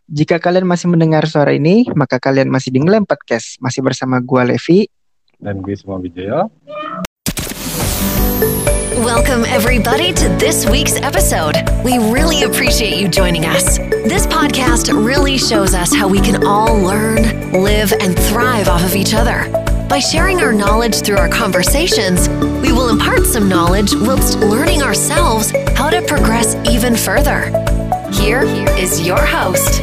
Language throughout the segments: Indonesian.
Jika kalian masih mendengar suara ini, maka kalian masih di Ngelem Podcast. Masih bersama gua Levi dan gue Suma Wijaya. Welcome everybody to this week's episode. We really appreciate you joining us. This podcast really shows us how we can all learn, live, and thrive off of each other. By sharing our knowledge through our conversations, we will impart some knowledge whilst learning ourselves how to progress even further. Here is your host.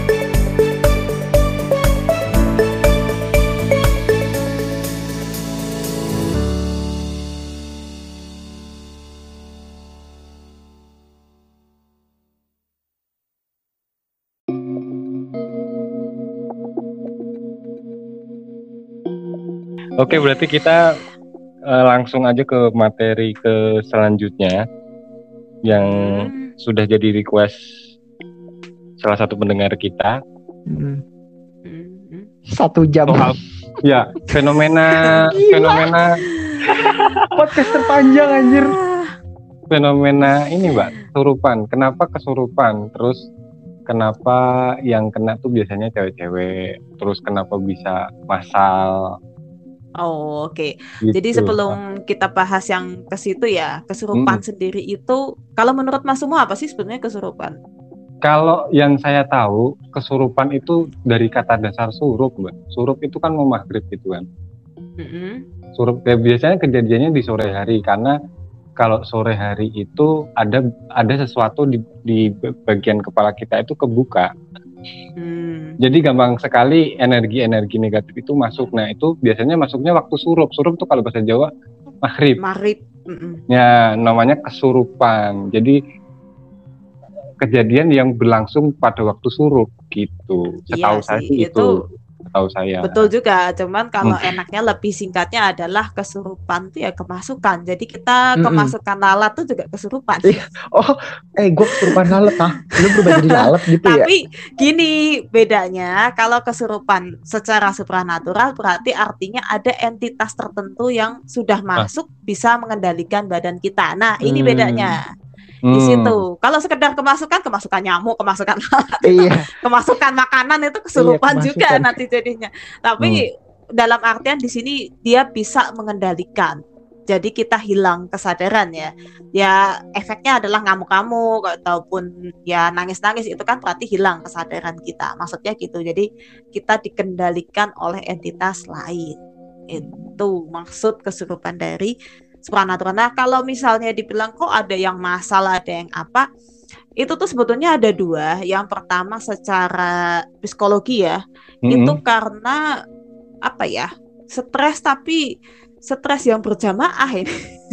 Oke, berarti kita langsung aja ke materi ke selanjutnya yang sudah jadi request salah satu pendengar kita. 1 jam. Ya, fenomena Podcast terpanjang anjir. Fenomena ini, Mbak, kesurupan. Kenapa kesurupan? Terus kenapa yang kena tuh biasanya cewek-cewek? Terus kenapa bisa massal? Oh, oke. Gitu. Jadi sebelum kita bahas yang ke situ ya, kesurupan sendiri itu, kalau menurut Mas Sumo apa sih sebenarnya kesurupan? Kalau yang saya tahu, kesurupan itu dari kata dasar surup, Mbak. Surup itu kan mau maghrib gitu kan. Surup biasanya kejadiannya di sore hari, karena kalau sore hari itu ada sesuatu di bagian kepala kita itu kebuka. Jadi gampang sekali energi-energi negatif itu masuk. Nah, itu biasanya masuknya waktu surup. Surup tuh kalau bahasa Jawa maghrib. Ya, namanya kesurupan. Jadi kejadian yang berlangsung pada waktu surup gitu. Setahu saya sih itu. Setahu saya. Betul juga. Cuman kalau enaknya lebih singkatnya adalah kesurupan itu ya kemasukan. Jadi kita kemasukan lalat tuh juga kesurupan. Gue kesurupan lalat lu berubah jadi lalat gitu ya. Tapi gini bedanya, kalau kesurupan secara supranatural berarti artinya ada entitas tertentu yang sudah masuk bisa mengendalikan badan kita. Nah, ini bedanya. Di situ. Kalau sekedar kemasukan nyamuk, kemasukan lalat, kemasukan makanan itu kesurupan juga nanti jadinya. Tapi dalam artian di sini dia bisa mengendalikan. Jadi kita hilang kesadaran ya. Ya efeknya adalah ngamuk-ngamuk ataupun ya nangis-nangis, itu kan berarti hilang kesadaran kita. Maksudnya gitu. Jadi kita dikendalikan oleh entitas lain. Itu maksud kesurupan dari supranatural. Nah, kalau misalnya dibilang kok ada yang massal, ada yang apa, itu tuh sebetulnya ada 2. Yang pertama secara psikologi ya, itu karena apa ya, stres, tapi stres yang berjamaah ini.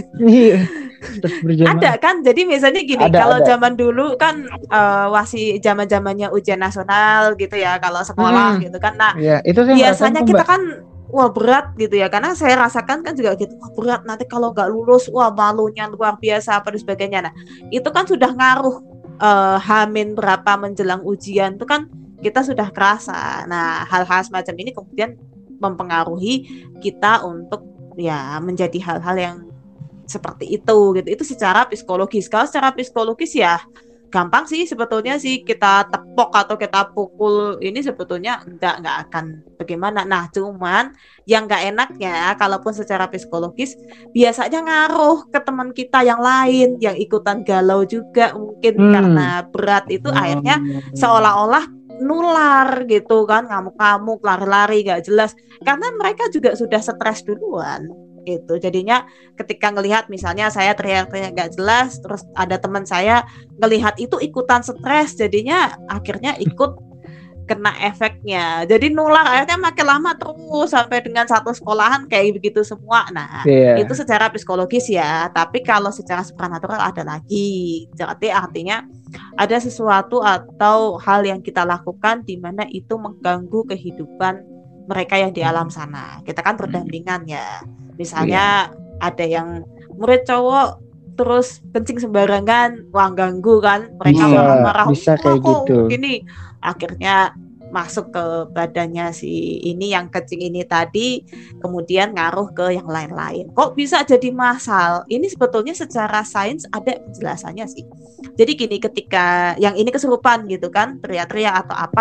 Ada kan, jadi misalnya gini, kalau zaman dulu kan masih zaman-zamannya ujian nasional gitu ya, kalau sekolah gitu kan. Nah, itu biasanya kita kan wah berat gitu ya, karena saya rasakan kan juga gitu, wah berat, nanti kalau nggak lulus, wah malunya luar biasa apa dan sebagainya. Nah, itu kan sudah ngaruh hamin berapa menjelang ujian itu kan kita sudah kerasa. Nah, hal-hal semacam ini kemudian mempengaruhi kita untuk ya menjadi hal-hal yang seperti itu gitu. Itu secara psikologis. Kalau secara psikologis ya gampang sih sebetulnya sih, kita tepok atau kita pukul ini sebetulnya nggak akan bagaimana. Nah, cuman yang nggak enaknya kalaupun secara psikologis biasanya ngaruh ke teman kita yang lain yang ikutan galau juga mungkin karena berat itu akhirnya seolah-olah nular gitu kan, ngamuk-ngamuk, lari-lari nggak jelas karena mereka juga sudah stres duluan. Itu jadinya ketika ngelihat misalnya saya teriak-teriak gak jelas, terus ada teman saya ngelihat itu ikutan stres, jadinya akhirnya ikut kena efeknya, jadi nular, akhirnya makin lama terus sampai dengan satu sekolahan kayak begitu semua. Nah, itu secara psikologis ya. Tapi kalau secara supranatural ada lagi, jadi artinya ada sesuatu atau hal yang kita lakukan di mana itu mengganggu kehidupan mereka yang di alam sana. Kita kan berdampingan ya. Misalnya ada yang murid cowok terus kencing sembarangan, wah ganggu kan, mereka marah-marah, bisa kayak gitu. Gini, akhirnya masuk ke badannya si ini yang kencing ini tadi, kemudian ngaruh ke yang lain-lain. Kok bisa jadi massal? Ini sebetulnya secara sains ada penjelasannya sih. Jadi gini, ketika yang ini kesurupan gitu kan, teriak-teriak atau apa,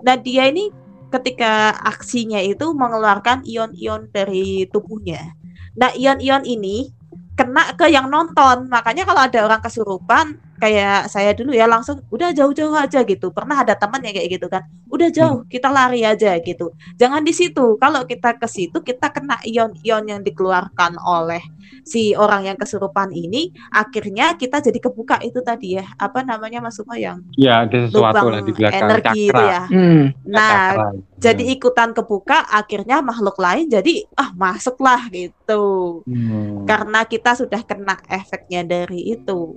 Nah dia ini ketika aksinya itu mengeluarkan ion-ion dari tubuhnya. Nah ion-ion ini kena ke yang nonton, makanya kalau ada orang kesurupan kayak saya dulu ya langsung udah jauh-jauh aja gitu. Pernah ada teman yang kayak gitu kan, udah jauh kita lari aja gitu, jangan di situ. Kalau kita ke situ kita kena ion-ion yang dikeluarkan oleh si orang yang kesurupan ini, akhirnya kita jadi kebuka itu tadi ya, apa namanya Mas Sumo, yang ya ada sesuatu lubang lah di belakang energi cakra itu ya. Nah cakra. jadi ikutan kebuka, akhirnya makhluk lain jadi masuklah gitu. Karena kita sudah kena efeknya dari itu.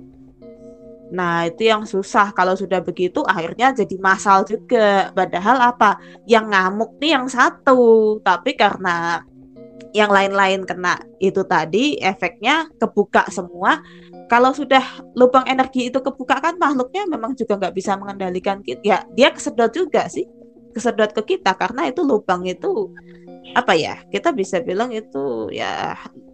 Nah itu yang susah kalau sudah begitu, akhirnya jadi massal juga. Padahal apa, yang ngamuk nih yang satu, tapi karena yang lain-lain kena itu tadi, efeknya kebuka semua. Kalau sudah lubang energi itu kebuka kan makhluknya memang juga nggak bisa mengendalikan kita ya, dia kesedot juga sih, kesedot ke kita karena itu lubang itu apa ya, kita bisa bilang itu ya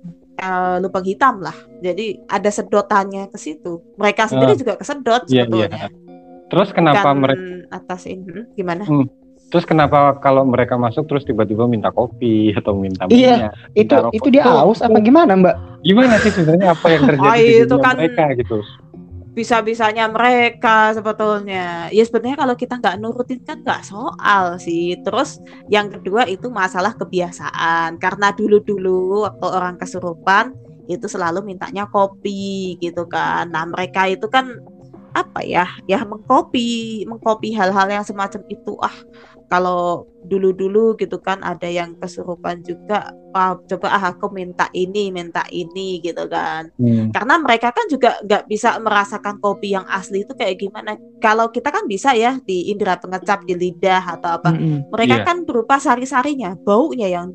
lubang hitam lah. Jadi ada sedotannya ke situ. Mereka sendiri juga kesedot sebetulnya. Iya. Terus kenapa mereka atasin gimana? Terus kenapa kalau mereka masuk terus tiba-tiba minta kopi atau minta minyak? Iya, itu dia haus apa gimana, Mbak? Gimana sih sebenarnya apa yang terjadi di itu kan mereka gitu? Bisa-bisanya mereka sebetulnya. Ya sebenarnya kalau kita nggak nurutin kan nggak soal sih. Terus yang kedua itu masalah kebiasaan. Karena dulu-dulu waktu orang kesurupan itu selalu mintanya kopi gitu kan. Nah mereka itu kan apa ya mengkopi hal-hal yang semacam itu. Kalau dulu-dulu gitu kan ada yang kesurupan juga, coba aku minta ini gitu kan. Karena mereka kan juga nggak bisa merasakan kopi yang asli itu kayak gimana. Kalau kita kan bisa ya di indera pengecap, di lidah atau apa. Mereka kan berupa sari-sarinya, baunya yang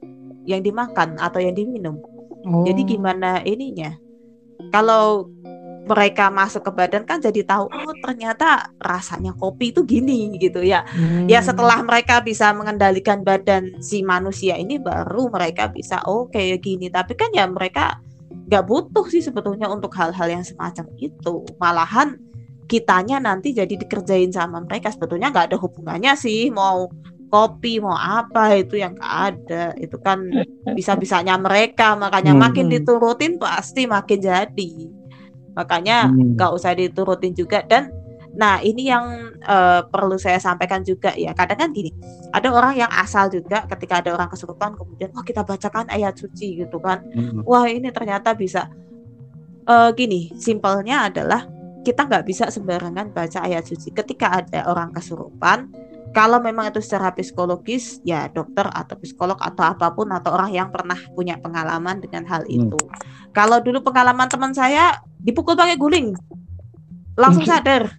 dimakan atau yang diminum. Jadi gimana ininya? Kalau mereka masuk ke badan kan jadi tahu, ternyata rasanya kopi itu gini gitu ya. Ya setelah mereka bisa mengendalikan badan si manusia ini, baru mereka bisa kayak gini. Tapi kan ya mereka nggak butuh sih sebetulnya untuk hal-hal yang semacam itu. Malahan kitanya nanti jadi dikerjain sama mereka. Sebetulnya nggak ada hubungannya sih, mau kopi mau apa itu yang nggak ada. Itu kan bisa-bisanya mereka. Makanya makin diturutin pasti makin jadi. Makanya nggak usah diturutin juga. Dan nah ini yang perlu saya sampaikan juga ya, kadang kan gini, ada orang yang asal juga ketika ada orang kesurupan kemudian kita bacakan ayat suci gitu kan. Wah ini ternyata bisa gini, simpelnya adalah kita nggak bisa sembarangan baca ayat suci ketika ada orang kesurupan. Kalau memang itu secara psikologis, ya dokter atau psikolog atau apapun atau orang yang pernah punya pengalaman dengan hal itu. Kalau dulu pengalaman teman saya dipukul pakai guling, langsung sadar,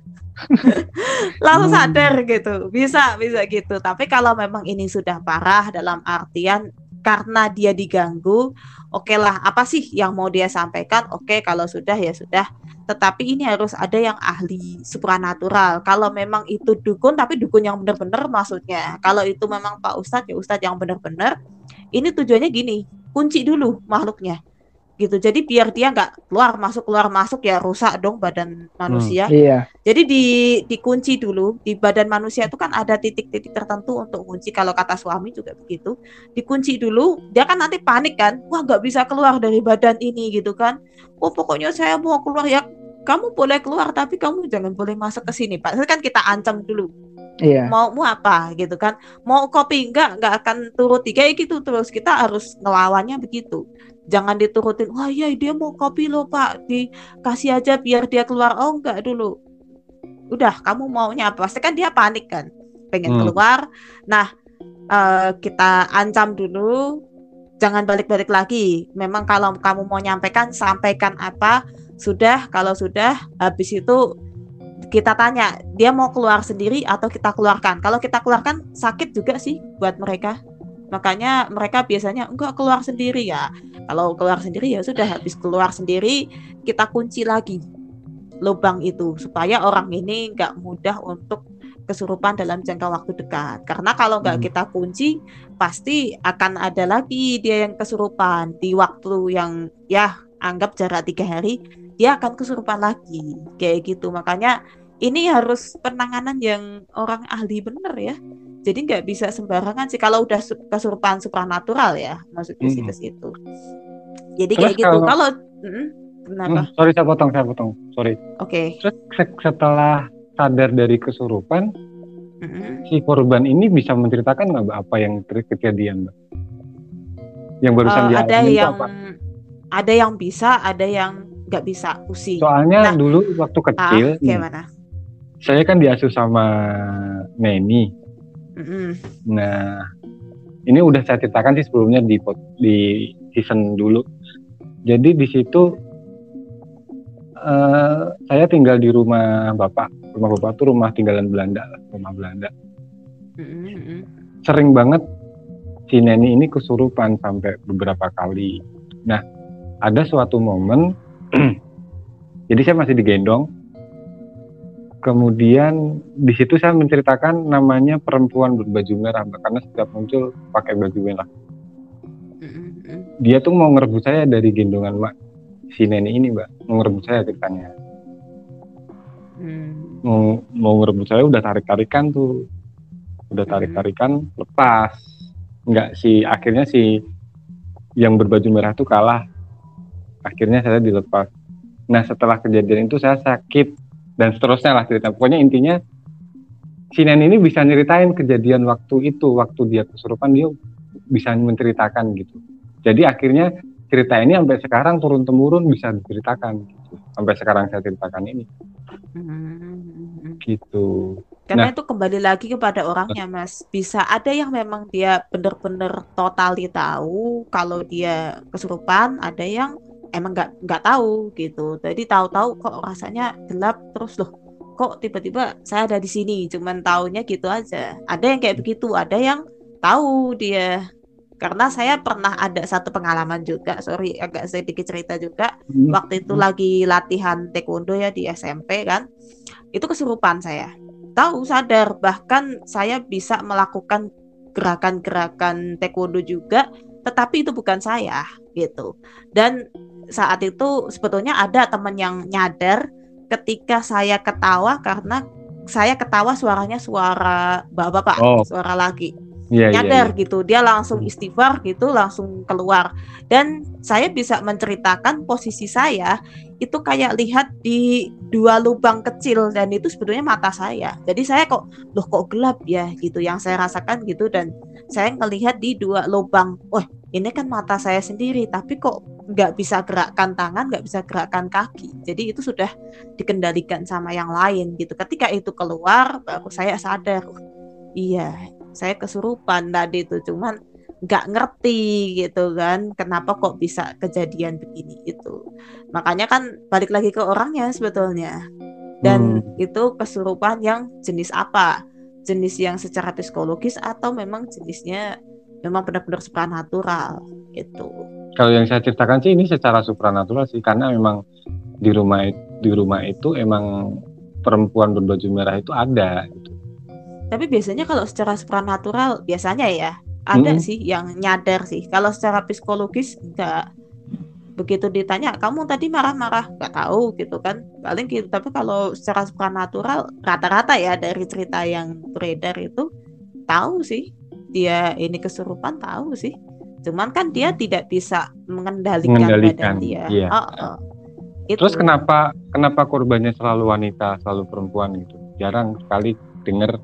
langsung sadar gitu, bisa gitu. Tapi kalau memang ini sudah parah dalam artian karena dia diganggu, oke lah, apa sih yang mau dia sampaikan? Oke, kalau sudah ya sudah. Tetapi ini harus ada yang ahli supranatural. Kalau memang itu dukun, tapi dukun yang benar-benar maksudnya. Kalau itu memang Pak Ustadz, ya Ustadz yang benar-benar. Ini tujuannya gini, kunci dulu makhluknya. Gitu. Jadi biar dia nggak keluar masuk ya rusak dong badan manusia. Jadi dikunci dulu. Di badan manusia itu kan ada titik-titik tertentu untuk kunci. Kalau kata suami juga begitu, dikunci dulu. Dia kan nanti panik kan, wah nggak bisa keluar dari badan ini gitu kan. Pokoknya saya mau keluar ya, kamu boleh keluar tapi kamu jangan boleh masuk ke sini Pak. Itu kan kita ancam dulu. Mau apa gitu kan, mau kopi nggak akan turuti kayak gitu. Terus kita harus ngelawannya begitu, jangan diturutin. Wah ya dia mau kopi loh Pak, dikasih aja biar dia keluar. Enggak dulu, udah kamu maunya apa, pasti kan dia panik kan, pengen keluar. Nah kita ancam dulu, jangan balik-balik lagi. Memang kalau kamu mau sampaikan apa, sudah. Kalau sudah, habis itu kita tanya, dia mau keluar sendiri atau kita keluarkan. Kalau kita keluarkan sakit juga sih buat mereka. Makanya mereka biasanya enggak keluar sendiri ya. Kalau keluar sendiri ya sudah, habis keluar sendiri kita kunci lagi lubang itu supaya orang ini enggak mudah untuk kesurupan dalam jangka waktu dekat. Karena kalau enggak kita kunci, pasti akan ada lagi dia yang kesurupan di waktu yang ya anggap jarak 3 hari, dia akan kesurupan lagi kayak gitu. Makanya ini harus penanganan yang orang ahli bener ya. Jadi nggak bisa sembarangan sih kalau udah kesurupan supranatural ya, maksudnya sih ke situ. Jadi terus kayak gitu. Kalau kenapa? Sorry saya potong. Sorry. Oke. Terus setelah sadar dari kesurupan, si korban ini bisa menceritakan nggak Mbak apa yang kejadian Mbak? Yang barusan ada yang bisa, ada yang nggak bisa pusing. Soalnya dulu waktu kecil, gimana? Saya kan diasuh sama Neni. Nah, ini udah saya ceritakan sih sebelumnya di season dulu. Jadi di situ saya tinggal di rumah bapak. Rumah bapak tuh rumah tinggalan Belanda, rumah Belanda. Sering banget si Neni ini kesurupan sampai beberapa kali. Nah, ada suatu momen, jadi saya masih digendong. Kemudian di situ saya menceritakan namanya perempuan berbaju merah, Mbak, karena setiap muncul pakai baju merah. Dia tuh mau ngerebut saya dari gendongan Mbak si Neni ini, Mbak, mau ngerebut saya ceritanya. Mau ngerebut saya, udah tarik-tarikan tuh, lepas. Enggak sih, akhirnya si yang berbaju merah tuh kalah. Akhirnya saya dilepas. Nah, setelah kejadian itu saya sakit. Dan seterusnya lah cerita. Pokoknya intinya si Neni ini bisa nyeritain kejadian waktu itu, waktu dia kesurupan dia bisa menceritakan gitu. Jadi akhirnya cerita ini sampai sekarang turun-temurun bisa diceritakan gitu. Sampai sekarang saya ceritakan ini. Gitu. Karena itu kembali lagi kepada orangnya, Mas. Bisa ada yang memang dia benar-benar totali tahu kalau dia kesurupan, ada yang emang nggak tahu gitu. Jadi tahu-tahu kok rasanya gelap terus loh. Kok tiba-tiba saya ada di sini, cuman taunya gitu aja. Ada yang kayak begitu, ada yang tahu dia. Karena saya pernah ada satu pengalaman juga, sorry agak sedikit cerita juga. Waktu itu lagi latihan taekwondo ya di SMP kan. Itu kesurupan saya. Tahu, sadar, bahkan saya bisa melakukan gerakan-gerakan taekwondo juga, tetapi itu bukan saya gitu. Dan saat itu sebetulnya ada teman yang nyadar ketika saya ketawa, karena saya ketawa suaranya suara bapak-bapak, suara laki. Nyadar gitu, dia langsung istighfar gitu, langsung keluar. Dan saya bisa menceritakan posisi saya itu kayak lihat di dua lubang kecil, dan itu sebetulnya mata saya. Jadi saya kok gelap ya gitu, yang saya rasakan gitu. Dan saya ngelihat di dua lubang, ini kan mata saya sendiri, tapi kok nggak bisa gerakkan tangan, nggak bisa gerakkan kaki. Jadi itu sudah dikendalikan sama yang lain gitu. Ketika itu keluar, baru saya sadar, iya, saya kesurupan tadi itu, cuman nggak ngerti gitu kan, kenapa kok bisa kejadian begini itu. Makanya kan balik lagi ke orangnya sebetulnya. Dan itu kesurupan yang jenis apa? Jenis yang secara psikologis atau memang jenisnya memang benar-benar supranatural gitu. Kalau yang saya ceritakan sih ini secara supranatural sih, karena memang di rumah itu emang perempuan berbaju merah itu ada gitu. Tapi biasanya kalau secara supranatural biasanya ya ada sih yang nyadar sih. Kalau secara psikologis enggak. Begitu ditanya, kamu tadi marah-marah, nggak tahu gitu kan, paling gitu. Tapi kalau secara supranatural rata-rata ya dari cerita yang beredar itu tahu sih, dia ini kesurupan, tahu sih. Cuman kan dia tidak bisa mengendalikan badan dia. Iya. Terus kenapa korbannya selalu wanita, selalu perempuan gitu? Jarang sekali dengar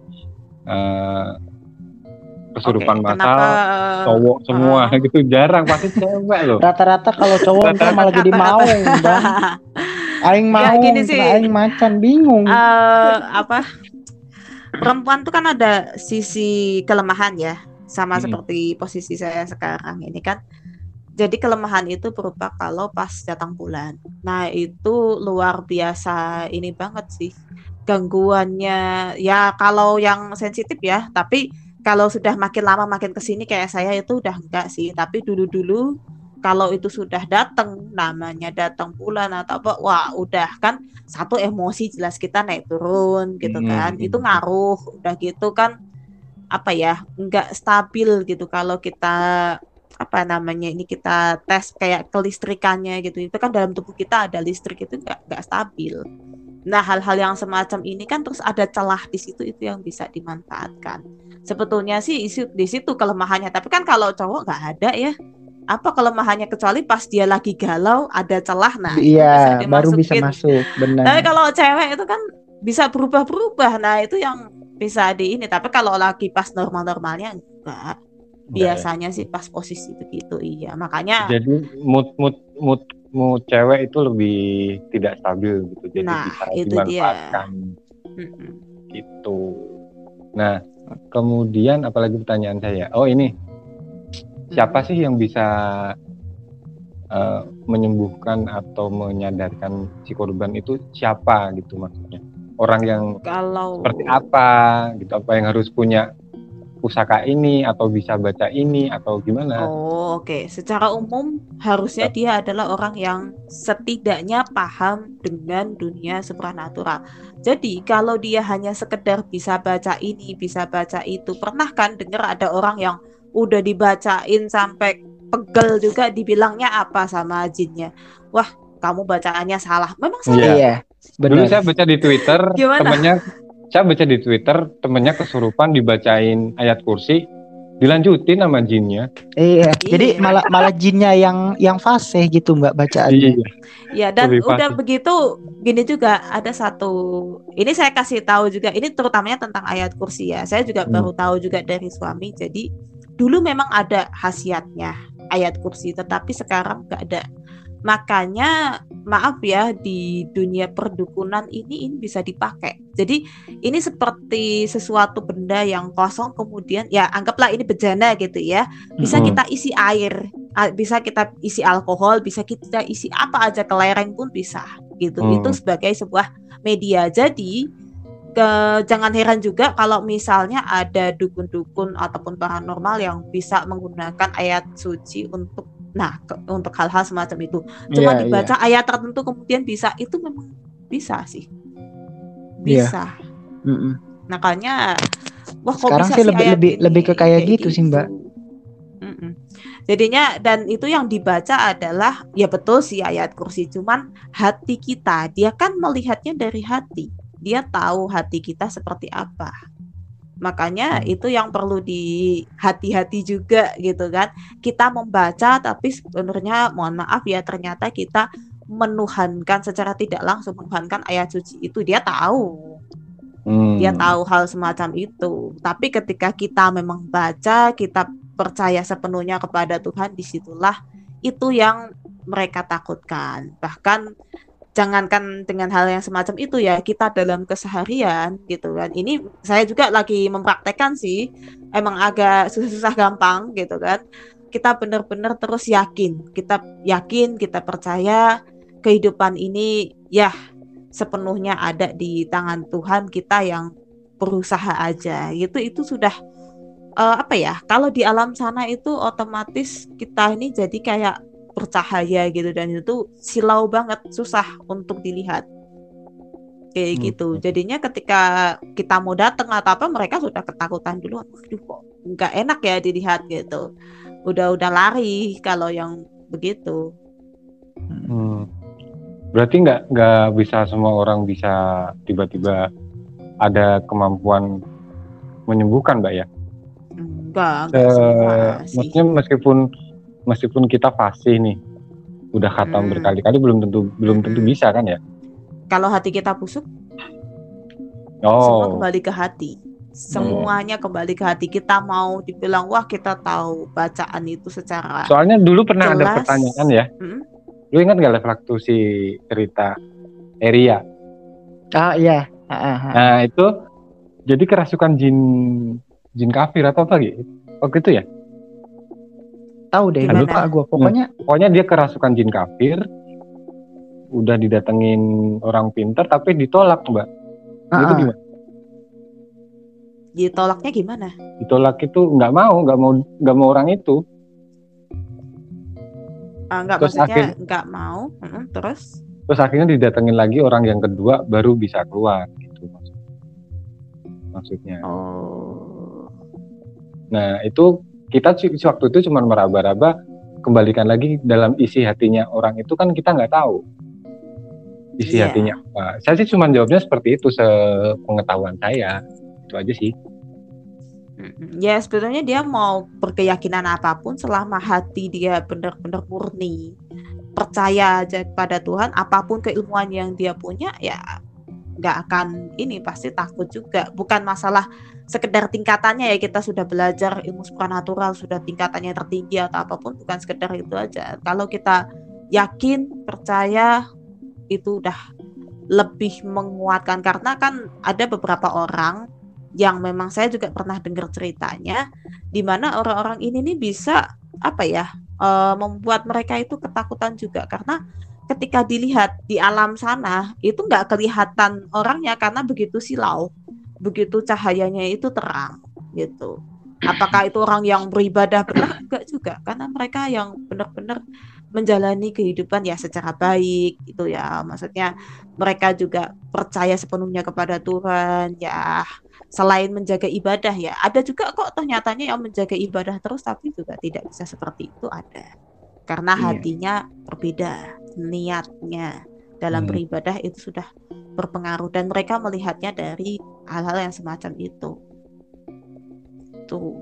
kesurupan masal cowok semua gitu, jarang, pasti cewek loh. Rata-rata kalau cowok ntar malah jadi maung, Bang. Aing maung, aing macan, bingung. Perempuan tuh kan ada sisi kelemahan ya, sama seperti posisi saya sekarang ini kan. Jadi kelemahan itu berupa kalau pas datang bulan. Nah itu luar biasa ini banget sih gangguannya. Ya kalau yang sensitif ya, tapi kalau sudah makin lama makin kesini kayak saya itu udah enggak sih. Tapi dulu-dulu kalau itu sudah datang, namanya datang bulan atau apa, wah udah kan satu emosi jelas kita naik turun gitu kan. Itu ngaruh, udah gitu kan apa ya, enggak stabil gitu kalau kita kita tes kayak kelistrikannya gitu. Itu kan dalam tubuh kita ada listrik, itu enggak stabil. Nah, hal-hal yang semacam ini kan terus ada celah di situ, itu yang bisa dimanfaatkan. Sebetulnya sih di situ kelemahannya, tapi kan kalau cowok nggak ada ya. Apa kelemahannya kecuali pas dia lagi galau ada celah, nah iya, itu baru bisa masuk, benar. Tapi kalau cewek itu kan bisa berubah-berubah, nah itu yang bisa di ini. Tapi kalau lagi pas normal-normalnya enggak. Biasanya sih pas posisi begitu, iya. Makanya jadi mood cewek itu lebih tidak stabil gitu, jadi bisa dimanfaatkan gitu. Nah, kemudian apalagi pertanyaan saya, ini siapa sih yang bisa menyembuhkan atau menyadarkan si korban itu, siapa gitu maksudnya? Orang yang seperti apa gitu, apa yang harus punya pusaka ini atau bisa baca ini atau gimana? Oke. Secara umum harusnya dia adalah orang yang setidaknya paham dengan dunia supranatural. Jadi kalau dia hanya sekedar bisa baca ini, bisa baca itu, pernah kan dengar ada orang yang udah dibacain sampai pegel juga dibilangnya apa sama jinnya? Wah, kamu bacaannya salah. Memang salah. Iya. Dulu saya baca di Twitter, temennya kesurupan dibacain ayat kursi, dilanjutin sama jinnya. Iya. Jadi malah jinnya yang fasih gitu Mbak bacaannya. Iya, dan udah begitu gini juga ada satu, ini saya kasih tahu juga, ini terutamanya tentang ayat kursi ya. Saya juga baru tahu juga dari suami. Jadi dulu memang ada khasiatnya ayat kursi, tetapi sekarang nggak ada. Makanya maaf ya, di dunia perdukunan ini bisa dipakai. Jadi ini seperti sesuatu benda yang kosong, kemudian ya anggaplah ini bejana gitu ya. Bisa kita isi air, bisa kita isi alkohol, bisa kita isi apa aja, kelereng pun bisa gitu. Itu sebagai sebuah media. Jadi jangan heran juga kalau misalnya ada dukun-dukun ataupun paranormal yang bisa menggunakan ayat suci untuk hal-hal semacam itu. Cuma dibaca ayat tertentu kemudian bisa, itu memang bisa sih. Bisa. Makanya wah kok sekarang bisa sih lebih ke kayak gitu sih Mbak. Jadinya, dan itu yang dibaca adalah ya betul sih ayat kursi, cuman hati kita, dia kan melihatnya dari hati. Dia tahu hati kita seperti apa. Makanya itu yang perlu hati-hati juga gitu kan. Kita membaca tapi sebenarnya mohon maaf ya, ternyata kita menuhankan secara tidak langsung, menuhankan ayat suci itu. Dia tahu. Dia tahu hal semacam itu. Tapi ketika kita memang baca, kita percaya sepenuhnya kepada Tuhan, disitulah itu yang mereka takutkan. Bahkan jangankan dengan hal yang semacam itu ya, kita dalam keseharian gitu kan. Ini saya juga lagi mempraktekkan sih, emang agak susah-susah gampang gitu kan. Kita benar-benar terus yakin, kita percaya kehidupan ini ya sepenuhnya ada di tangan Tuhan, kita yang berusaha aja gitu. Itu sudah kalau di alam sana itu otomatis kita ini jadi kayak bercahaya gitu, dan itu silau banget, susah untuk dilihat kayak gitu. Jadinya ketika kita mau datang atau apa, mereka sudah ketakutan duluan. Waduh, kok nggak enak ya dilihat gitu. Udah lari kalau yang begitu. Berarti nggak bisa semua orang bisa tiba-tiba ada kemampuan menyembuhkan, Mbak ya? Enggak semua sih. Maksudnya meskipun kita fasih nih, udah khatam berkali-kali, belum tentu bisa kan ya? Kalau hati kita busuk, semua kembali ke hati. Semuanya kembali ke hati. Kita mau dibilang wah kita tahu bacaan itu secara soalnya dulu pernah jelas. Ada pertanyaan ya. Lu ingat nggak waktu si cerita Eria? Iya. Nah itu jadi kerasukan jin kafir atau apa gitu? Waktu itu ya? Tahu deh, lupa gue. Pokoknya dia kerasukan jin kafir, udah didatengin orang pintar tapi ditolak, Mbak. Itu gimana? Ditolaknya gimana? Ditolak itu nggak mau orang itu. Terus maksudnya nggak mau. Terus akhirnya didatengin lagi orang yang kedua baru bisa keluar gitu maksudnya. Nah itu kita waktu itu cuma meraba-raba, kembalikan lagi dalam isi hatinya orang itu kan kita nggak tahu. isi hatinya apa. Saya sih cuma jawabnya seperti itu sepengetahuan saya, itu aja sih. Ya sebetulnya dia mau berkeyakinan apapun selama hati dia benar-benar murni, percaya aja pada Tuhan, apapun keilmuan yang dia punya ya nggak akan ini, pasti takut juga. Bukan masalah sekedar tingkatannya ya, kita sudah belajar ilmu supranatural sudah tingkatannya tertinggi atau apapun, bukan sekedar itu aja. Kalau kita yakin, percaya, itu udah lebih menguatkan. Karena kan ada beberapa orang yang memang saya juga pernah dengar ceritanya, di mana orang-orang ini nih bisa membuat mereka itu ketakutan juga, karena ketika dilihat di alam sana itu nggak kelihatan orangnya karena begitu silau, begitu cahayanya itu terang gitu. Apakah itu orang yang beribadah benar? Enggak juga, karena mereka yang benar-benar menjalani kehidupan ya secara baik itu ya, maksudnya mereka juga percaya sepenuhnya kepada Tuhan ya. Selain menjaga ibadah ya, ada juga kok ternyatanya yang menjaga ibadah terus tapi juga tidak bisa seperti itu, ada. Karena hatinya berbeda, niatnya dalam beribadah itu sudah berpengaruh, dan mereka melihatnya dari hal-hal yang semacam itu. Tuh.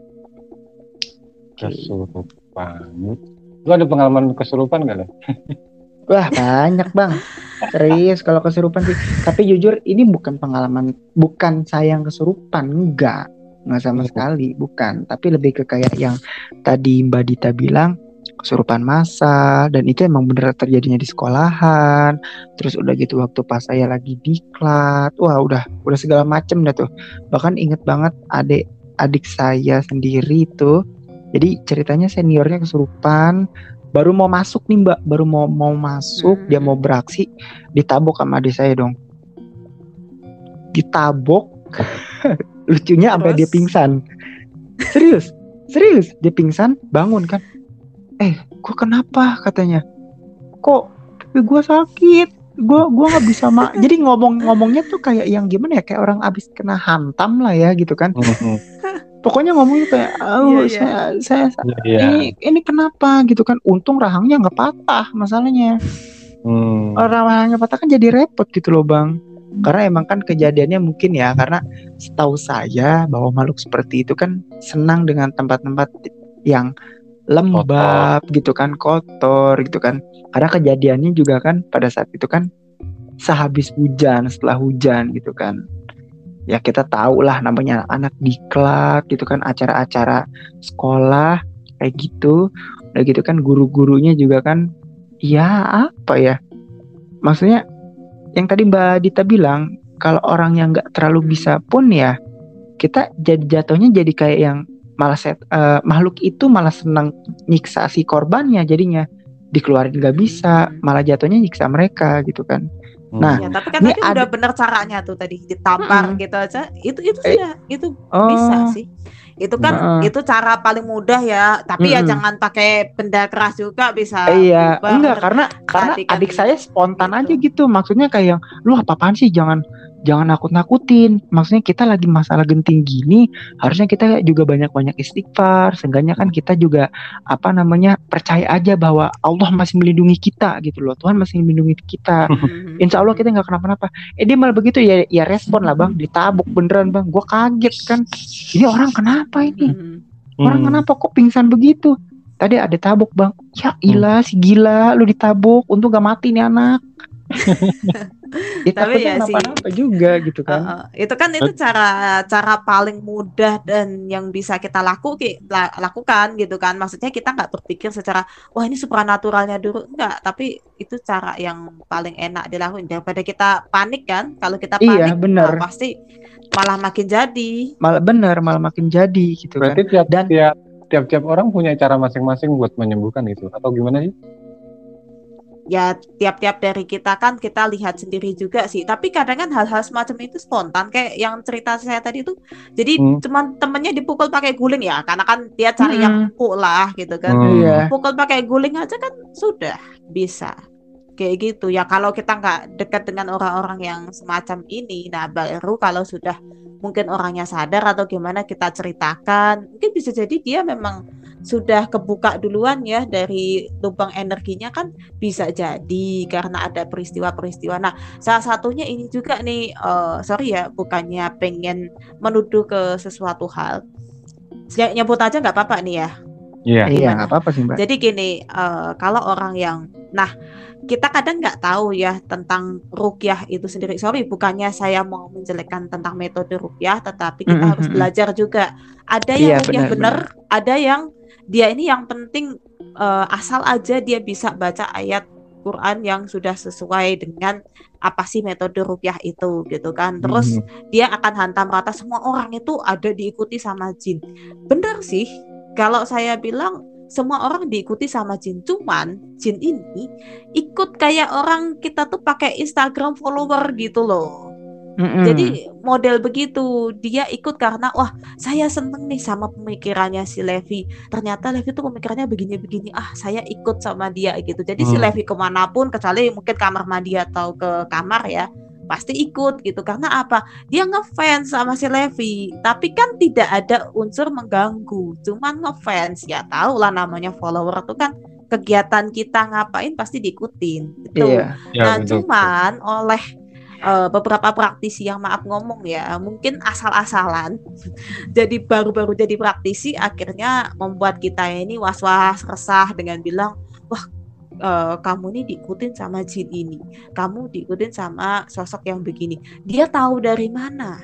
Kesurupan. Lu ada pengalaman kesurupan gak lo? Wah banyak bang, serius kalau kesurupan sih. Tapi jujur ini bukan pengalaman, bukan saya yang kesurupan, enggak sama sekali, bukan. Tapi lebih ke kayak yang tadi Mbak Dita bilang, kesurupan massal, dan itu emang bener terjadinya di sekolahan. Terus udah gitu waktu pas saya lagi diklat, wah udah segala macem dah tuh. Bahkan inget banget adik saya sendiri tuh. Jadi ceritanya seniornya kesurupan. Baru mau masuk nih Mbak, baru mau masuk, dia mau beraksi, ditabok sama adik saya dong. Ditabok, lucunya sampai dia pingsan. Serius, dia pingsan, bangun kan. Gue kenapa katanya? Kok gue sakit, gue nggak bisa Jadi ngomongnya tuh kayak yang gimana ya, kayak orang abis kena hantam lah ya gitu kan. Pokoknya ngomongnya kayak, saya ini kenapa gitu kan. Untung rahangnya nggak patah masalahnya. Rahangnya patah kan jadi repot gitu loh bang. Karena emang kan kejadiannya mungkin ya, karena setahu saya bahwa makhluk seperti itu kan senang dengan tempat-tempat yang lembab gitu kan, kotor gitu kan. Karena kejadiannya juga kan pada saat itu kan sehabis hujan, setelah hujan gitu kan. Ya kita tahu lah namanya anak diklat gitu kan, acara-acara sekolah kayak gitu. Udah gitu kan guru-gurunya juga kan, ya apa ya, maksudnya yang tadi Mbak Dita bilang, kalau orang yang nggak terlalu bisa pun ya kita jadi jatuhnya jadi kayak yang malah makhluk itu malah senang nyiksa si korbannya, jadinya dikeluarin nggak bisa, malah jatuhnya nyiksa mereka gitu kan. Nah, ya, tapi kan tadi udah bener caranya tuh tadi ditampar gitu aja, itu sudah itu bisa sih. Itu kan itu cara paling mudah ya, tapi ya jangan pakai benda keras juga bisa. Iya, enggak karena adik saya spontan gitu aja gitu, maksudnya kayak lu apa-apaan sih, jangan nakut-nakutin. Maksudnya kita lagi masalah genting gini, harusnya kita juga banyak-banyak istighfar. Seenggaknya kan kita juga percaya aja bahwa Allah masih melindungi kita gitu loh. Tuhan masih melindungi kita. Insya Allah kita nggak kenapa-napa. Dia malah begitu ya respon lah bang, ditabuk beneran bang. Gue kaget kan. Ini orang kenapa ini? Orang kenapa kok pingsan begitu? Tadi ada tabuk bang. Ya ilah si gila, lu ditabuk. Untung gak mati nih anak. Tapi ya sih apa juga gitu kan. Itu kan itu cara paling mudah dan yang bisa kita lakukan gitu kan. Maksudnya kita nggak berpikir secara wah ini supranaturalnya dulu, enggak, tapi itu cara yang paling enak dilakukan daripada kita panik kan. Kalau kita panik pasti malah makin jadi. Malah makin jadi gitu. Berarti kan. Tiap orang punya cara masing-masing buat menyembuhkan itu atau gimana sih? Ya tiap-tiap dari kita kan kita lihat sendiri juga sih, tapi kadang kan hal-hal semacam itu spontan, kayak yang cerita saya tadi tuh. Jadi cuman temennya dipukul pakai guling ya, karena kan dia cari yang empuk lah gitu kan. Pukul pakai guling aja kan sudah bisa kayak gitu ya. Kalau kita nggak dekat dengan orang-orang yang semacam ini, nah baru kalau sudah mungkin orangnya sadar atau gimana kita ceritakan, mungkin bisa jadi dia memang sudah kebuka duluan ya dari lubang energinya kan bisa jadi karena ada peristiwa-peristiwa. Nah, salah satunya ini juga nih, sorry ya, bukannya pengen menuduh ke sesuatu hal. Nyebut aja nggak apa-apa nih ya. Iya, nggak apa-apa sih Mbak. Jadi gini, kalau orang yang, nah kita kadang nggak tahu ya tentang ruqyah itu sendiri. Sorry, bukannya saya mau menjelekkan tentang metode ruqyah, tetapi kita harus belajar juga. Ada yang ruqyah benar, ada yang dia ini yang penting asal aja dia bisa baca ayat Quran yang sudah sesuai dengan apa sih metode ruqyah itu gitu kan. Terus dia akan hantam rata semua orang itu ada diikuti sama jin. Benar sih. Kalau saya bilang semua orang diikuti sama jin, cuman jin ini ikut kayak orang kita tuh pakai Instagram follower gitu loh. Jadi model begitu, dia ikut karena wah saya seneng nih sama pemikirannya si Levi. Ternyata Levi tuh pemikirannya begini-begini, saya ikut sama dia gitu. Jadi si Levi kemanapun, kecuali mungkin kamar mandi atau ke kamar ya, pasti ikut gitu. Karena apa? Dia ngefans sama si Levi, tapi kan tidak ada unsur mengganggu, cuman ngefans. Ya tahu lah namanya follower tuh kan kegiatan kita ngapain pasti diikutin gitu. Nah cuman oleh beberapa praktisi yang maaf ngomong ya, mungkin asal-asalan jadi baru-baru jadi praktisi, akhirnya membuat kita ini was-was, resah dengan bilang wah kamu nih diikutin sama jin ini, kamu diikutin sama sosok yang begini, dia tahu dari mana?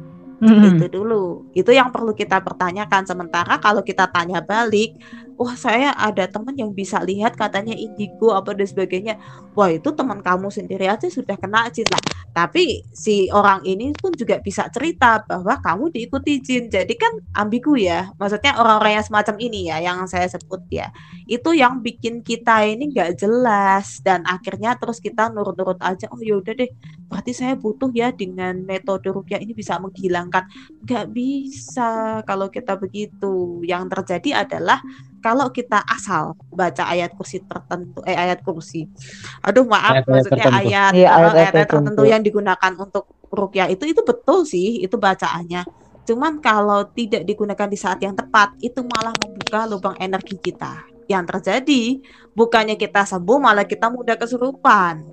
Itu dulu, itu yang perlu kita pertanyakan. Sementara kalau kita tanya balik, wah saya ada teman yang bisa lihat katanya indigo apa dan sebagainya, wah itu teman kamu sendiri aja sudah kena jin lah. Tapi si orang ini pun juga bisa cerita bahwa kamu diikuti jin. Jadi kan ambigu ya, maksudnya orang-orang yang semacam ini ya yang saya sebut ya, itu yang bikin kita ini nggak jelas dan akhirnya terus kita nurut-nurut aja. Oh yaudah deh, berarti saya butuh ya dengan metode ruqyah ini bisa menghilangkan. Nggak bisa kalau kita begitu. Yang terjadi adalah kalau kita asal baca ayat kursi tertentu, ayat kursi, maksudnya ayat tertentu yang digunakan untuk ruqyah itu betul sih, itu bacaannya. Cuman kalau tidak digunakan di saat yang tepat, itu malah membuka lubang energi kita. Yang terjadi bukannya kita sembuh, malah kita mudah kesurupan.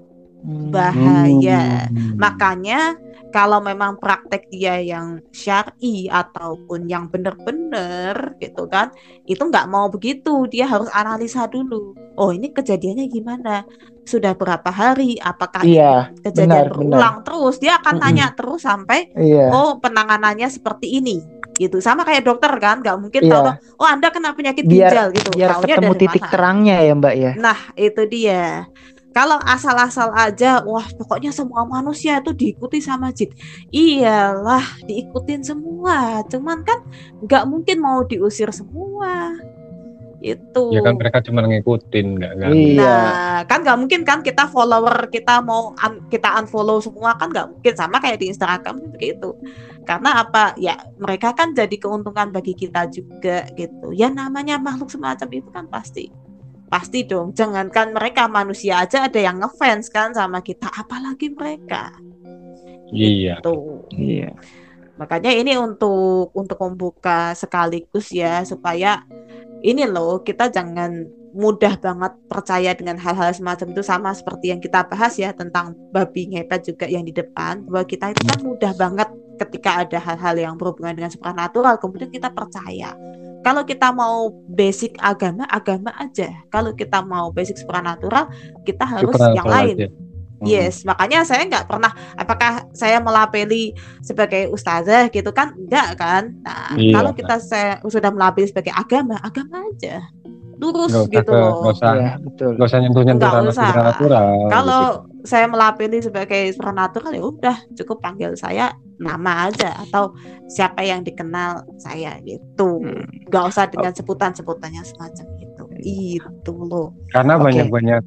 Bahaya. Makanya kalau memang praktek dia yang syar'i ataupun yang benar-benar gitu kan, itu nggak mau begitu, dia harus analisa dulu. Oh ini kejadiannya gimana? Sudah berapa hari? Apakah kejadian berulang terus? Dia akan tanya terus sampai oh penanganannya seperti ini. Gitu, sama kayak dokter kan, nggak mungkin tahu oh Anda kena penyakit ginjal gitu. Biar ketemu titik terangnya ya Mbak ya. Nah itu dia. Kalau asal-asal aja, wah pokoknya semua manusia itu diikuti sama jin. Iyalah diikutin semua, cuman kan nggak mungkin mau diusir semua. Itu. Ya kan mereka cuma ngikutin, nggak kan? Nah kan nggak mungkin kan kita follower kita mau kita unfollow semua kan nggak mungkin, sama kayak di Instagram begitu. Karena apa? Ya mereka kan jadi keuntungan bagi kita juga gitu. Ya namanya makhluk semacam itu kan pasti dong, jangankan mereka, manusia aja ada yang ngefans kan sama kita, apalagi mereka. Iya. Gitu. Iya. Makanya ini untuk membuka sekaligus ya, supaya ini loh, kita jangan mudah banget percaya dengan hal-hal semacam itu, sama seperti yang kita bahas ya tentang babi ngepet juga yang di depan, bahwa kita itu kan mudah banget ketika ada hal-hal yang berhubungan dengan supranatural kemudian kita percaya. Kalau kita mau basic agama aja. Kalau kita mau basic supranatural, kita harus yang lain. Yes, makanya saya nggak pernah, apakah saya melabeli sebagai ustazah gitu kan? Enggak kan? Nah, kalau saya sudah melabeli sebagai agama aja. Lurus gitu loh. Nggak usah nyentuh-nyentuh supranatural. Kalau saya melabeli sebagai supranatural, ya udah cukup panggil saya nama aja atau siapa yang dikenal saya gitu. Gak usah dengan sebutan-sebutannya semacam itu. Itu loh. Karena banyak-banyak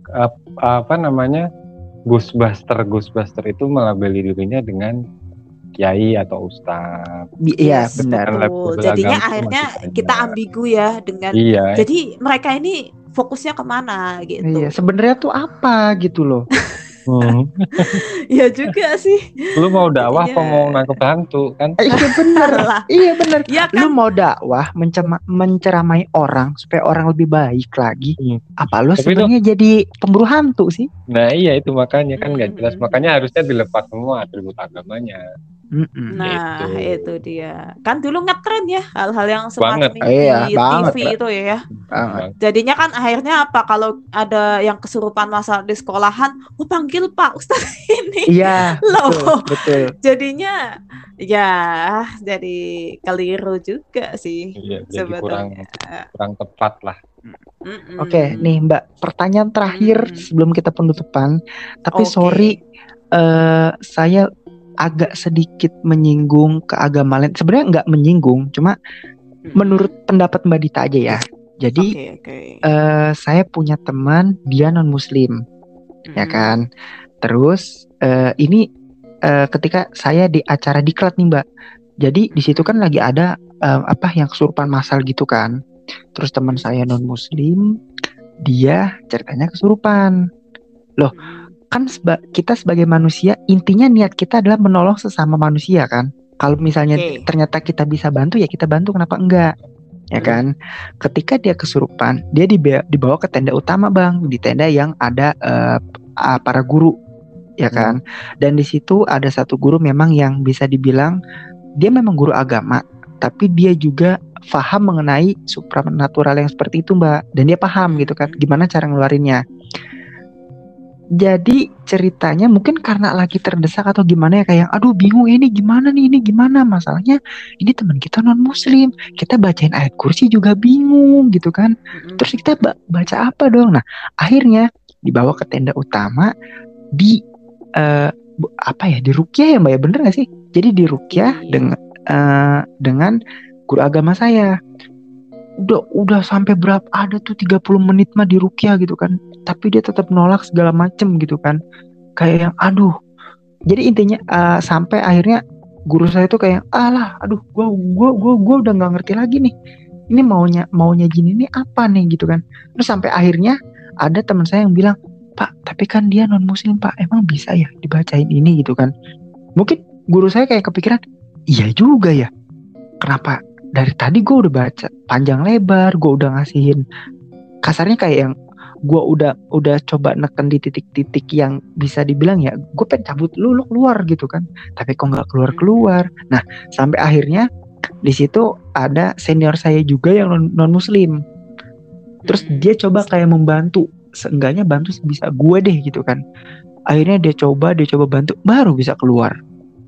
Ghostbuster itu melabeli dirinya dengan kiai atau ustaz. Iya benar. Jadinya akhirnya kita ambigu ya dengan. Jadi mereka ini fokusnya kemana gitu. Iya, sebenarnya tuh apa gitu loh. Iya juga sih. Lu mau dakwah apa mau nangkep hantu kan? Iya bener lah. Iya bener. Ya, kan? Lu mau dakwah menceramai orang supaya orang lebih baik lagi. Apa lu sebenarnya jadi pemburu hantu sih? Nah iya itu makanya kan nggak jelas. Makanya harusnya dilepas semua atribut agamanya. Nah itu dia. Kan dulu ngetren ya hal-hal yang semacam banget. Di TV itu ya. Jadinya kan akhirnya apa kalau ada yang kesurupan masa di sekolahan, panggil Pak Ustadz ini. Iya. Loh. Betul. Jadinya ya jadi keliru juga sih. Iya, jadi kurang tepat lah. Oke, nih Mbak, pertanyaan terakhir sebelum kita penutupan. Tapi sorry, saya agak sedikit menyinggung ke agama lain. Sebenarnya nggak menyinggung, cuma menurut pendapat Mbak Dita aja ya. Jadi saya punya teman dia non Muslim, ya kan. Terus ini ketika saya di acara diklat nih Mbak. Jadi di situ kan lagi ada yang kesurupan massal gitu kan. Terus teman saya non Muslim, dia ceritanya kesurupan. Loh. Kan kita sebagai manusia intinya niat kita adalah menolong sesama manusia kan. Kalau misalnya ternyata kita bisa bantu ya kita bantu, kenapa enggak, ya kan. Ketika dia kesurupan, dia dibawa ke tenda utama Bang, di tenda yang ada para guru, ya kan. Dan di situ ada satu guru memang yang bisa dibilang dia memang guru agama, tapi dia juga paham mengenai supranatural yang seperti itu Mbak. Dan dia paham gitu kan gimana cara ngeluarinnya. Jadi ceritanya mungkin karena lagi terdesak atau gimana ya, kayak aduh bingung ini gimana masalahnya ini teman kita non Muslim, kita bacain ayat kursi juga bingung gitu kan. Terus kita baca apa dong? Nah akhirnya dibawa ke tenda utama di diruqyah ya Mbak ya, bener gak sih? Jadi diruqyah dengan guru agama saya. Udah sampai berapa, ada tuh 30 menit mah di ruqyah gitu kan, tapi dia tetap nolak segala macem gitu kan, kayak yang aduh. Jadi intinya sampai akhirnya guru saya tuh kayak gua udah nggak ngerti lagi nih, ini maunya gini nih apa nih gitu kan. Terus sampai akhirnya ada teman saya yang bilang, Pak tapi kan dia non Muslim Pak, emang bisa ya dibacain ini gitu kan. Mungkin guru saya kayak kepikiran, iya juga ya, kenapa dari tadi gue udah baca panjang lebar, gue udah ngasihin kasarnya kayak yang gue udah coba neken di titik-titik yang bisa dibilang ya gue pengen cabut lu keluar gitu kan, tapi kok nggak keluar. Nah sampai akhirnya di situ ada senior saya juga yang non Muslim, terus dia coba kayak membantu, seenggaknya bantu sebisa gue deh gitu kan. Akhirnya dia coba bantu, baru bisa keluar.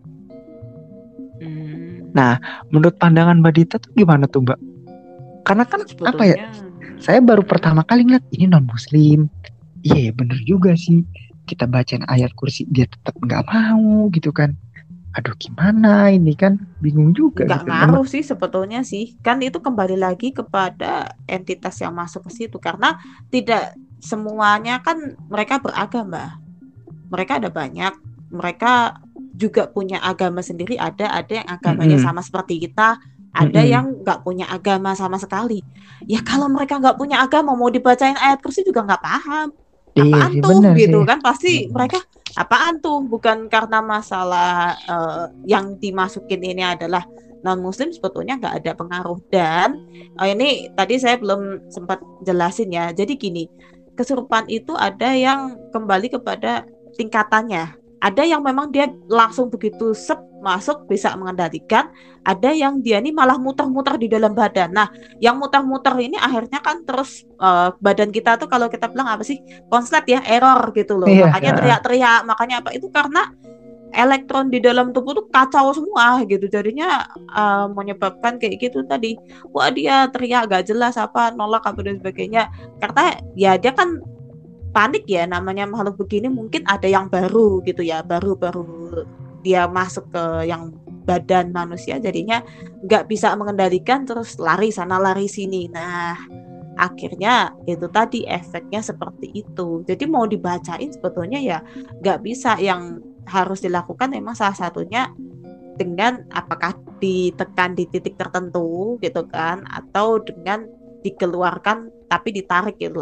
Nah, menurut pandangan Mbak Dita tuh gimana tuh Mbak? Karena kan sebetulnya saya baru pertama kali ngeliat ini non Muslim. Iya bener juga sih. Kita bacain ayat kursi dia tetap nggak mau gitu kan. Aduh gimana ini kan, bingung juga. Nggak ngaruh sih sebetulnya sih. Kan itu kembali lagi kepada entitas yang masuk ke situ. Karena tidak semuanya kan mereka beragama. Mereka ada banyak. Mereka juga punya agama sendiri, ada yang agamanya sama seperti kita, ada yang nggak punya agama sama sekali. Ya kalau mereka nggak punya agama, mau dibacain ayat kursi juga nggak paham. Apaan tuh gitu kan, pasti mereka apaan tuh, bukan karena masalah yang dimasukin ini adalah non Muslim, sebetulnya nggak ada pengaruh. Dan ini tadi saya belum sempat jelasin ya. Jadi gini, kesurupan itu ada yang kembali kepada tingkatannya. Ada yang memang dia langsung begitu masuk bisa mengendalikan, ada yang dia ini malah muter-muter di dalam badan. Nah, yang muter-muter ini akhirnya kan terus badan kita tuh kalau kita bilang apa sih, konslet ya, error gitu loh. Makanya teriak-teriak, makanya apa itu karena elektron di dalam tubuh tuh kacau semua gitu. Jadinya menyebabkan kayak gitu tadi. Wah dia teriak gak jelas apa, nolak apa dan sebagainya. Karena ya dia kan panik ya, namanya makhluk begini mungkin ada yang baru gitu ya, baru dia masuk ke yang badan manusia, jadinya nggak bisa mengendalikan, terus lari sana lari sini. Nah akhirnya itu tadi efeknya seperti itu. Jadi mau dibacain sebetulnya ya nggak bisa. Yang harus dilakukan memang salah satunya dengan apakah ditekan di titik tertentu gitu kan, atau dengan dikeluarkan tapi ditarik gitu loh.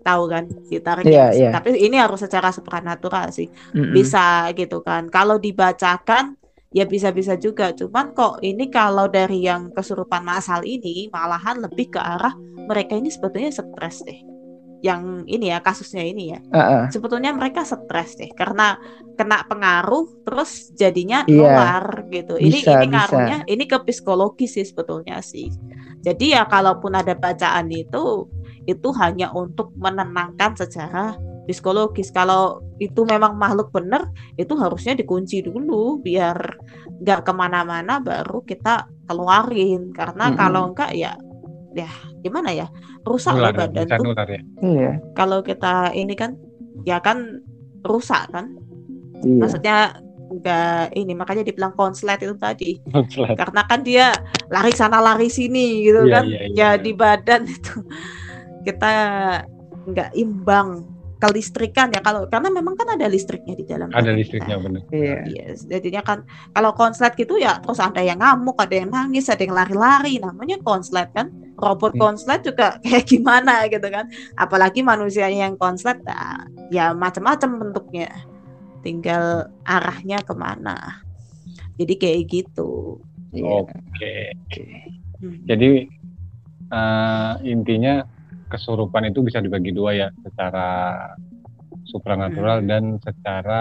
tahu kan Hunger Games. Tapi ini harus secara supranatural sih. Bisa gitu kan. Kalau dibacakan ya bisa-bisa juga. Cuman kok ini kalau dari yang kesurupan massal ini malahan lebih ke arah mereka ini sebetulnya stres deh. Yang ini ya kasusnya ini ya. Sebetulnya mereka stres deh karena kena pengaruh terus jadinya nular gitu. Ini ngaruhnya ini ke psikologis sih sebetulnya sih. Jadi ya kalaupun ada bacaan itu hanya untuk menenangkan secara psikologis. Kalau itu memang makhluk bener, itu harusnya dikunci dulu biar nggak kemana-mana baru kita keluarin. Karena kalau enggak ya gimana ya, rusak loh badan tuh. Iya. Kalau kita ini kan ya kan rusak kan. Maksudnya enggak ini, makanya dibilang konslet itu tadi. Karena kan dia lari sana lari sini gitu kan. Ya di badan itu kita enggak imbang. Kelistrikan ya karena memang kan ada listriknya di dalam. Ada listriknya benar. Iya. Jadinya kan kalau konslet gitu ya terus ada yang ngamuk, ada yang nangis, ada yang lari-lari, namanya konslet kan. Robot konslet juga kayak gimana gitu kan. Apalagi manusianya yang konslet ya macam-macam bentuknya. Tinggal arahnya kemana. Jadi kayak gitu. Oke. Jadi intinya kesurupan itu bisa dibagi dua ya, secara supranatural dan secara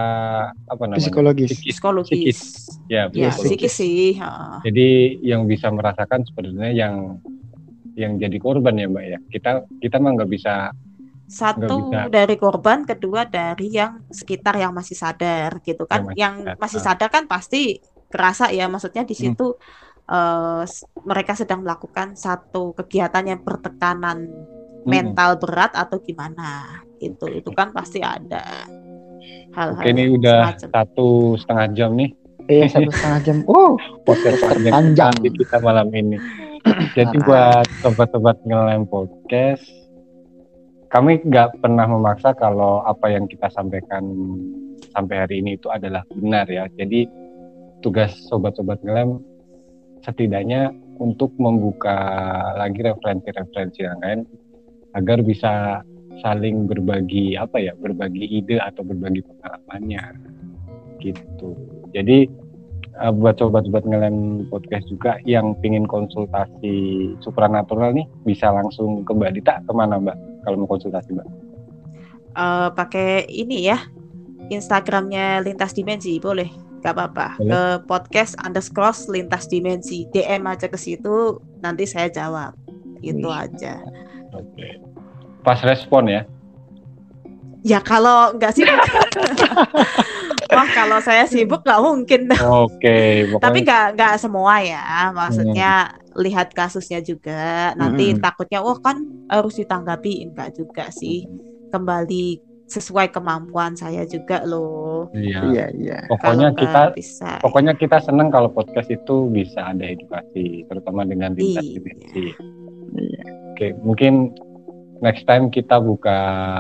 psikologis. Ya, psikis sih. Jadi yang bisa merasakan sebenarnya yang jadi korban ya Mbak ya. Kita mah nggak bisa. Satu dari korban, kedua dari yang sekitar yang masih sadar gitu kan. Yang masih sadar kan pasti kerasa ya, maksudnya di situ mereka sedang melakukan satu kegiatan yang bertekanan mental berat atau gimana itu kan pasti ada hal-hal. Oke, ini udah 1,5 jam nih. 1,5 jam. Podcast panjang kita malam ini. Jadi buat sobat-sobat Ngelem Podcast, kami nggak pernah memaksa kalau apa yang kita sampaikan sampai hari ini itu adalah benar ya. Jadi tugas sobat-sobat Ngelem setidaknya untuk membuka lagi referensi-referensi yang lain agar bisa saling berbagi ide atau berbagi pengalamannya gitu. Jadi buat sobat-sobat Ngelem Podcast juga yang pingin konsultasi supranatural nih bisa langsung ke Mbak Dita. Kemana Mbak kalau mau konsultasi Mbak? Pakai ini ya, Instagramnya Lintas Dimensi boleh, gak apa-apa. Ke podcast _lintas dimensi, DM aja ke situ, nanti saya jawab. Itu aja. Oke. Pas respon ya? Ya kalau nggak sibuk. Wah kalau saya sibuk nggak mungkin. Oke. Tapi nggak semua ya. Maksudnya lihat kasusnya juga. Nanti takutnya kan harus ditanggapi, enggak juga sih. Kembali sesuai kemampuan saya juga loh. Iya. Pokoknya kita senang kalau podcast itu bisa ada edukasi, terutama dengan lintas dimensi. Iya. Oke, mungkin next time kita buka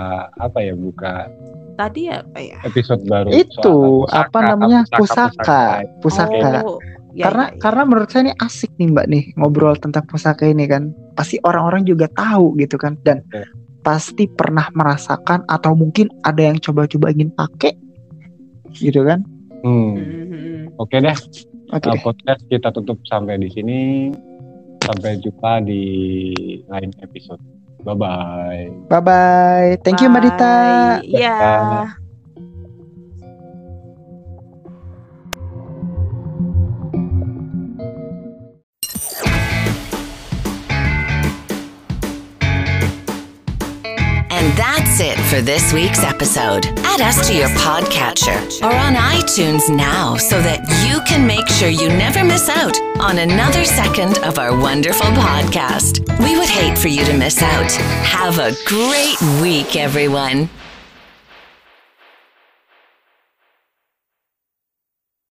tadi apa ya? Episode baru. Itu pusaka. Karena menurut saya ini asik nih Mbak nih ngobrol tentang pusaka ini kan. Pasti orang-orang juga tahu gitu kan, dan pasti pernah merasakan atau mungkin ada yang coba-coba ingin pakai gitu kan. Oke deh. Podcast kita tutup sampai di sini. Sampai jumpa di lain episode. Bye-bye. Bye-bye. Thank you Mbak Dita. Iya. And that's it for this week's episode. Add us to your podcatcher or on iTunes now so that you can make sure you never miss out on another second of our wonderful podcast. We would hate for you to miss out. Have a great week, everyone.